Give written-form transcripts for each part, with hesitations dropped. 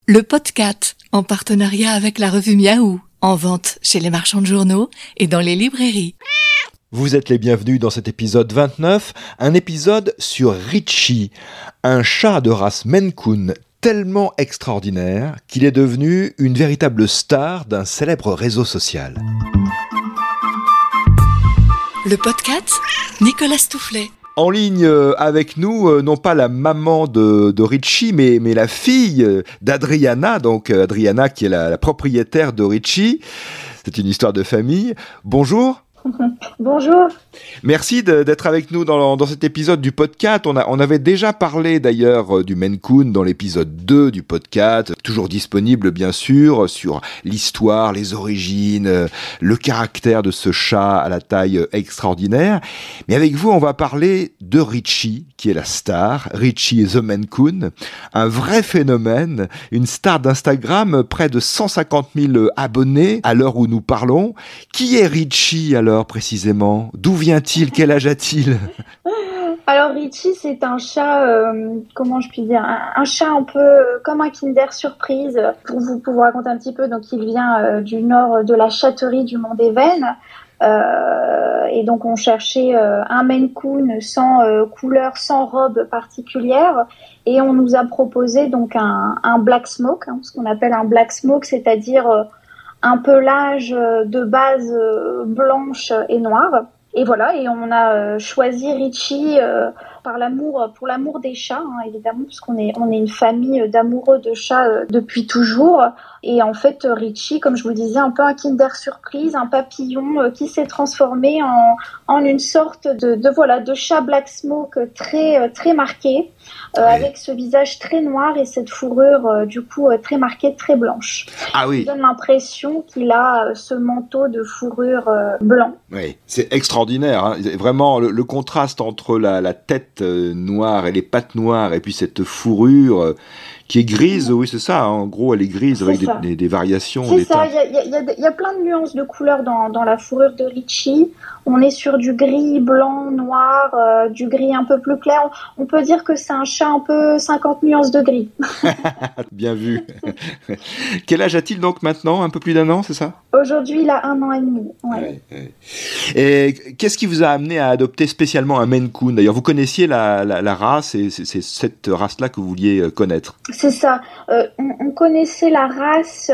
Le podcast, en partenariat avec la revue Miaou, en vente chez les marchands de journaux et dans les librairies. Vous êtes les bienvenus dans cet épisode 29, un épisode sur Richie, un chat de race Maine Coon tellement extraordinaire qu'il est devenu une véritable star d'un célèbre réseau social. Le podcast, Nicolas Stoufflet. En ligne avec nous, non pas la maman de Richie, mais la fille d'Adriana, donc Adriana qui est la propriétaire de Richie. C'est une histoire de famille. Bonjour. Bonjour. Merci d'être avec nous dans cet épisode du podcast. On avait déjà parlé d'ailleurs du Maine Coon dans l'épisode 2 du podcast, toujours disponible bien sûr, sur l'histoire, les origines, le caractère de ce chat à la taille extraordinaire. Mais avec vous, on va parler de Richie, qui est la star, Richie the Maine Coon, un vrai phénomène, une star d'Instagram, près de 150 000 abonnés à l'heure où nous parlons. Qui est Richie alors précisément ? D'où vient-il ? Quel âge a-t-il ? Alors Richie, c'est un chat, comment je puis dire, un chat un peu comme un Kinder Surprise. Pour vous raconter un petit peu, donc il vient du nord de la châterie du Mont des Vennes. Et donc on cherchait un Maine Coon sans couleur, sans robe particulière, et on nous a proposé donc un Black Smoke, ce qu'on appelle un Black Smoke, c'est-à-dire un pelage de base blanche et noire. Et voilà, et on a choisi Richie pour l'amour des chats, évidemment, puisqu'on est une famille d'amoureux de chats depuis toujours. Et en fait, Richie, comme je vous le disais, un peu un Kinder Surprise, un papillon qui s'est transformé en une sorte de chat Black Smoke très marqué, avec ce visage très noir et cette fourrure très marquée, très blanche. Ah oui. Ça donne l'impression qu'il a ce manteau de fourrure blanc. Oui, c'est extraordinaire, hein. Vraiment le contraste entre la tête noire et les pattes noires et puis cette fourrure qui est grise, oui c'est ça, hein. En gros elle est grise avec des variations. C'est ça, il y a plein de nuances de couleurs dans la fourrure de Richie. On est sur du gris, blanc, noir, du gris un peu plus clair. On peut dire que c'est un chat un peu 50 nuances de gris. Bien vu. Quel âge a-t-il donc maintenant ? Un peu plus d'1 an, c'est ça ? Aujourd'hui, il a 1 an et demi. Ouais. Ouais. Et qu'est-ce qui vous a amené à adopter spécialement un Maine Coon ? D'ailleurs, vous connaissiez la race et c'est cette race-là que vous vouliez connaître. C'est ça. On connaissait la race,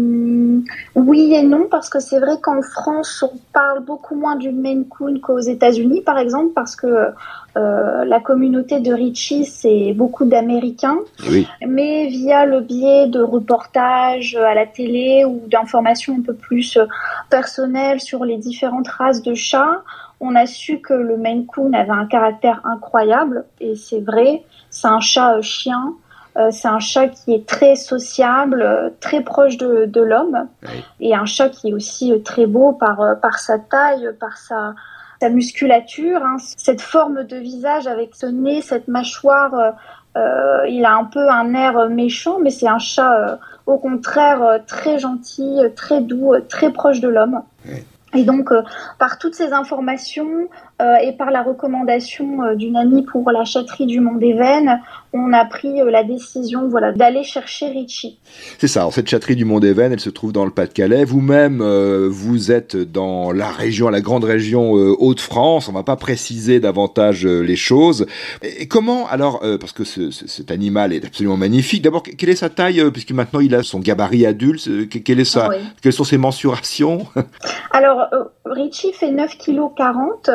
oui et non, parce que c'est vrai qu'en France, on parle beaucoup moins du Maine Coon qu'aux États-Unis, par exemple, parce que la communauté de Richie, c'est beaucoup d'Américains, oui. Mais via le biais de reportages à la télé ou d'informations un peu plus personnelles sur les différentes races de chats, on a su que le Maine Coon avait un caractère incroyable, et c'est vrai, c'est un chat chien. C'est un chat qui est très sociable, très proche de l'homme, oui. Et un chat qui est aussi très beau par sa taille, par sa musculature, cette forme de visage avec ce nez, cette mâchoire. Il a un peu un air méchant, mais c'est un chat au contraire très gentil, très doux, très proche de l'homme. Oui. Et donc, par toutes ces informations et par la recommandation d'une amie pour la châterie du Mont des Vennes, on a pris la décision d'aller chercher Richie. C'est ça, cette châterie du Mont des Vennes, elle se trouve dans le Pas-de-Calais. Vous-même, vous êtes dans la grande région Hauts-de-France. On ne va pas préciser davantage les choses. Et comment, alors, parce que cet animal est absolument magnifique. D'abord, quelle est sa taille, puisque maintenant il a son gabarit adulte, quelles sont ses mensurations? Alors, Richie fait 9,40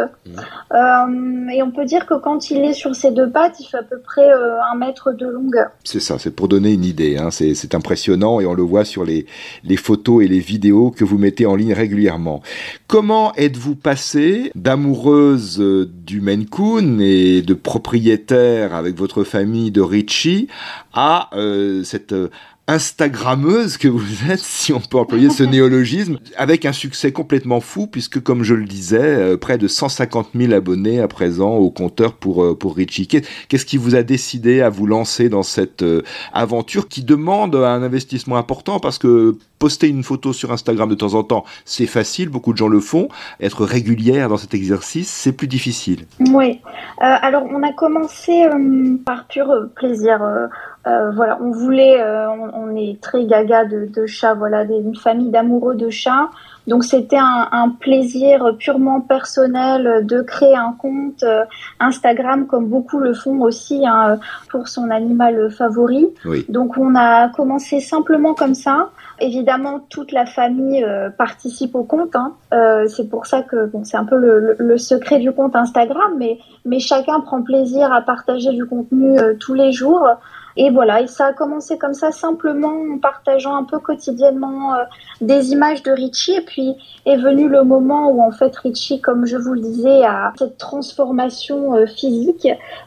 kg et on peut dire que quand il est sur ses deux pattes, il fait à peu près 1 mètre de longueur. C'est ça, c'est pour donner une idée, hein. C'est impressionnant et on le voit sur les photos et les vidéos que vous mettez en ligne régulièrement. Comment êtes-vous passée d'amoureuse du Maine Coon et de propriétaire avec votre famille de Richie à cette Instagrammeuse que vous êtes, si on peut employer ce néologisme, avec un succès complètement fou, puisque, comme je le disais, près de 150 000 abonnés à présent au compteur pour Richie. Qu'est-ce qui vous a décidé à vous lancer dans cette aventure qui demande un investissement important, parce que poster une photo sur Instagram de temps en temps, c'est facile, beaucoup de gens le font. Être régulière dans cet exercice, c'est plus difficile. Oui. Alors, on a commencé par pur plaisir. Voilà, on voulait, on est très gaga de chats, voilà, une famille d'amoureux de chats. Donc c'était un plaisir purement personnel de créer un compte Instagram comme beaucoup le font aussi hein, pour son animal favori. Oui. Donc on a commencé simplement comme ça. Évidemment, toute la famille participe au compte. Hein. C'est pour ça que bon, c'est un peu le secret du compte Instagram, mais chacun prend plaisir à partager du contenu tous les jours. Et voilà, et ça a commencé comme ça, simplement en partageant un peu quotidiennement des images de Richie. Et puis est venu le moment où en fait Richie, comme je vous le disais, a cette transformation physique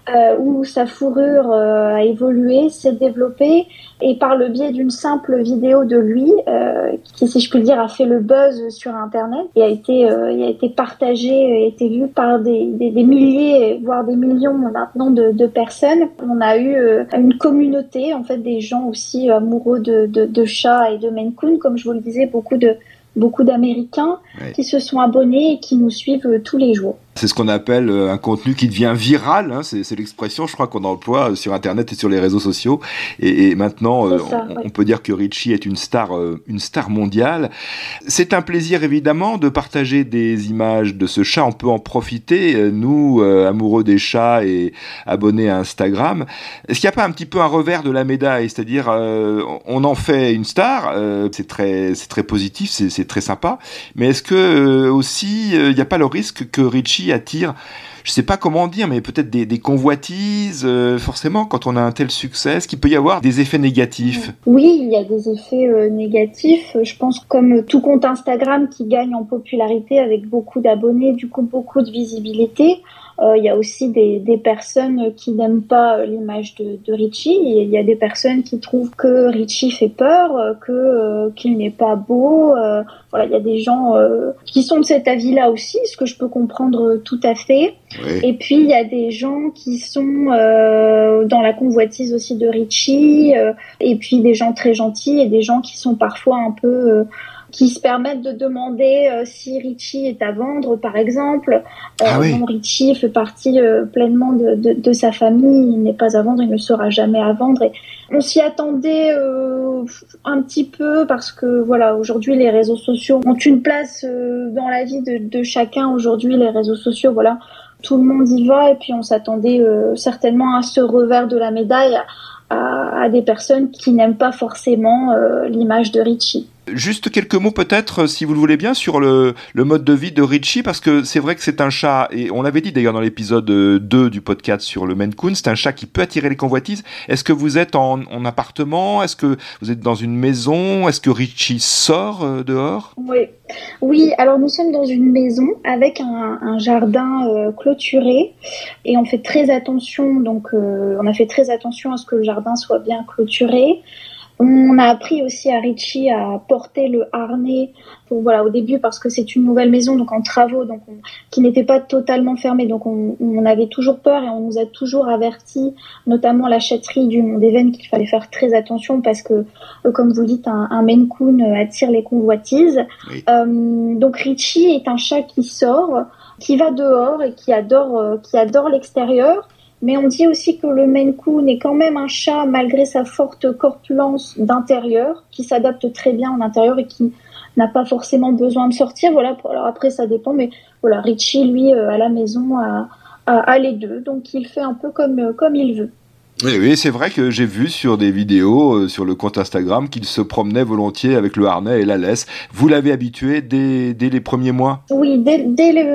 où sa fourrure a évolué, s'est développée. Et par le biais d'une simple vidéo de lui, qui, si je puis le dire, a fait le buzz sur Internet et a été partagé, a été vu par des milliers, voire des millions maintenant de personnes. On a eu une communauté, en fait, des gens aussi amoureux de chats et de Maine Coon, comme je vous le disais, beaucoup d'Américains qui se sont abonnés et qui nous suivent tous les jours. C'est ce qu'on appelle un contenu qui devient viral, hein, c'est l'expression, je crois, qu'on emploie sur Internet et sur les réseaux sociaux. Et maintenant, on peut dire que Richie est une star mondiale. C'est un plaisir, évidemment, de partager des images de ce chat. On peut en profiter, nous, amoureux des chats et abonnés à Instagram. Est-ce qu'il n'y a pas un petit peu un revers de la médaille ? C'est-à-dire, on en fait une star, c'est très positif, c'est très sympa. Mais est-ce que aussi, il n'y a pas le risque que Richie attire, je ne sais pas comment dire, mais peut-être des convoitises, forcément, quand on a un tel succès, est-ce qu'il peut y avoir des effets négatifs ? Oui, il y a des effets négatifs. Je pense comme tout compte Instagram qui gagne en popularité avec beaucoup d'abonnés, du coup beaucoup de visibilité. Il y a aussi des personnes qui n'aiment pas l'image de Richie. Il y a des personnes qui trouvent que Richie fait peur, qu'il n'est pas beau. Voilà, il y a des gens qui sont de cet avis-là aussi, ce que je peux comprendre tout à fait. Oui. Et puis il y a des gens qui sont dans la convoitise aussi de Richie, et puis des gens très gentils et des gens qui sont parfois un peu qui se permettent de demander si Richie est à vendre, par exemple. Non, Richie fait partie pleinement de sa famille, il n'est pas à vendre, il ne sera jamais à vendre. Et on s'y attendait un petit peu parce que voilà, aujourd'hui les réseaux sociaux ont une place dans la vie de chacun. Aujourd'hui, les réseaux sociaux, voilà, tout le monde y va et puis on s'attendait certainement à ce revers de la médaille, à des personnes qui n'aiment pas forcément l'image de Richie. Juste quelques mots peut-être, si vous le voulez bien, sur le mode de vie de Richie, parce que c'est vrai que c'est un chat, et on l'avait dit d'ailleurs dans l'épisode 2 du podcast sur le Maine Coon, c'est un chat qui peut attirer les convoitises. Est-ce que vous êtes en appartement ? Est-ce que vous êtes dans une maison ? Est-ce que Richie sort dehors ? Oui, alors nous sommes dans une maison avec un jardin clôturé et on fait très attention, donc on a fait très attention à ce que le jardin soit bien clôturé. On a appris aussi à Richie à porter le harnais au début parce que c'est une nouvelle maison, donc en travaux, donc qui n'était pas totalement fermée. Donc on avait toujours peur et on nous a toujours averti, notamment la châterie du Mont-des-Vennes, qu'il fallait faire très attention parce que, comme vous le dites, un Maine Coon attire les convoitises. Oui. Donc Richie est un chat qui sort, qui va dehors et qui adore l'extérieur. Mais on dit aussi que le Maine Coon est quand même un chat, malgré sa forte corpulence d'intérieur, qui s'adapte très bien en intérieur et qui n'a pas forcément besoin de sortir. Voilà. Alors après, ça dépend, mais voilà, Richie, lui, à la maison, a les deux. Donc, il fait un peu comme il veut. Oui, c'est vrai que j'ai vu sur des vidéos sur le compte Instagram qu'il se promenait volontiers avec le harnais et la laisse. Vous l'avez habitué dès les premiers mois ? Oui, dès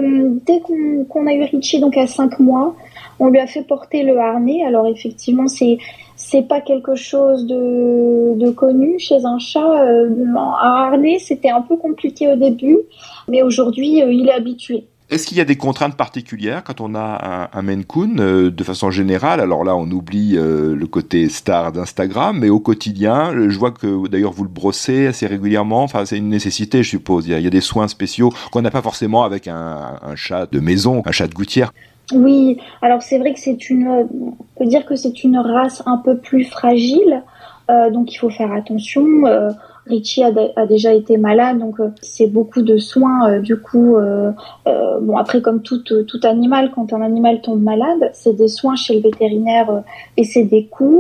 qu'on a eu Richie, donc à 5 mois, on lui a fait porter le harnais. Alors effectivement, c'est pas quelque chose de connu chez un chat. Un harnais, c'était un peu compliqué au début, mais aujourd'hui, il est habitué. Est-ce qu'il y a des contraintes particulières quand on a un Maine Coon de façon générale ? Alors là, on oublie le côté star d'Instagram, mais au quotidien, je vois que d'ailleurs vous le brossez assez régulièrement. Enfin, c'est une nécessité, je suppose. Il y a des soins spéciaux qu'on n'a pas forcément avec un chat de maison, un chat de gouttière. Oui, alors c'est vrai que on peut dire que c'est une race un peu plus fragile, donc il faut faire attention. Richie a déjà été malade, donc c'est beaucoup de soins. Du coup, après comme tout animal, quand un animal tombe malade, c'est des soins chez le vétérinaire et c'est des coûts.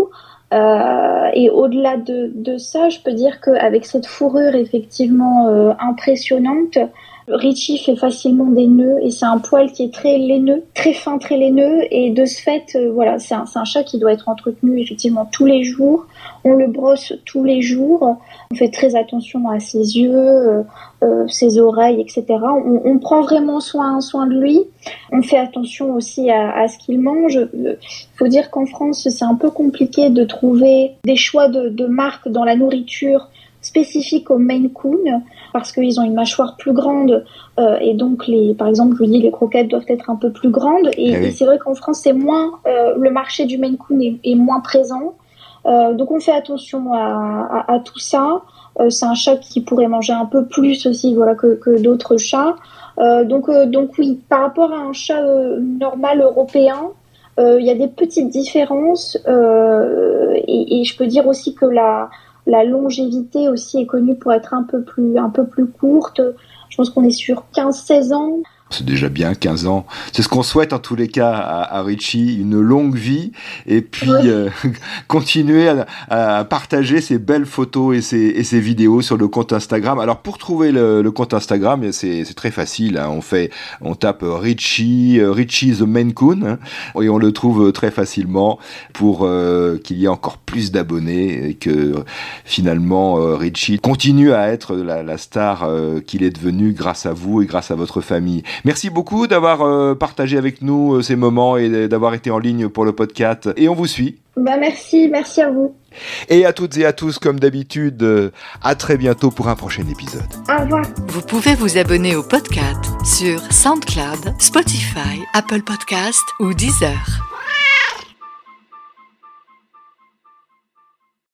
Et au-delà de ça, je peux dire qu'avec cette fourrure effectivement impressionnante, Richie fait facilement des nœuds et c'est un poil qui est très laineux, très fin, très laineux, et de ce fait, voilà, c'est un chat qui doit être entretenu effectivement tous les jours. On le brosse tous les jours, on fait très attention à ses yeux, ses oreilles, etc. On prend vraiment soin de lui. On fait attention aussi à ce qu'il mange. Faut dire qu'en France, c'est un peu compliqué de trouver des choix de marques dans la nourriture spécifiques au Maine Coon, parce qu'ils ont une mâchoire plus grande et donc par exemple, je vous dis, les croquettes doivent être un peu plus grandes et c'est vrai qu'en France, c'est moins le marché du Maine Coon est moins présent. Donc on fait attention à tout ça. C'est un chat qui pourrait manger un peu plus aussi, voilà, que d'autres chats. Donc oui, par rapport à un chat normal européen, il y a des petites différences et je peux dire aussi que la longévité aussi est connue pour être un peu plus courte. Je pense qu'on est sur 15-16 ans. C'est déjà bien, 15 ans. C'est ce qu'on souhaite en tous les cas à Richie, une longue vie, et puis continuer à partager ces belles photos et ces vidéos sur le compte Instagram. Alors pour trouver le compte Instagram, c'est très facile, hein. On tape Richie the Maine Coon, hein, et on le trouve très facilement pour qu'il y ait encore plus d'abonnés et que finalement Richie continue à être la star qu'il est devenu grâce à vous et grâce à votre famille. Merci beaucoup d'avoir partagé avec nous ces moments et d'avoir été en ligne pour le podcast. Et on vous suit. Merci à vous. Et à toutes et à tous, comme d'habitude, à très bientôt pour un prochain épisode. Au revoir. Vous pouvez vous abonner au podcast sur SoundCloud, Spotify, Apple Podcasts ou Deezer.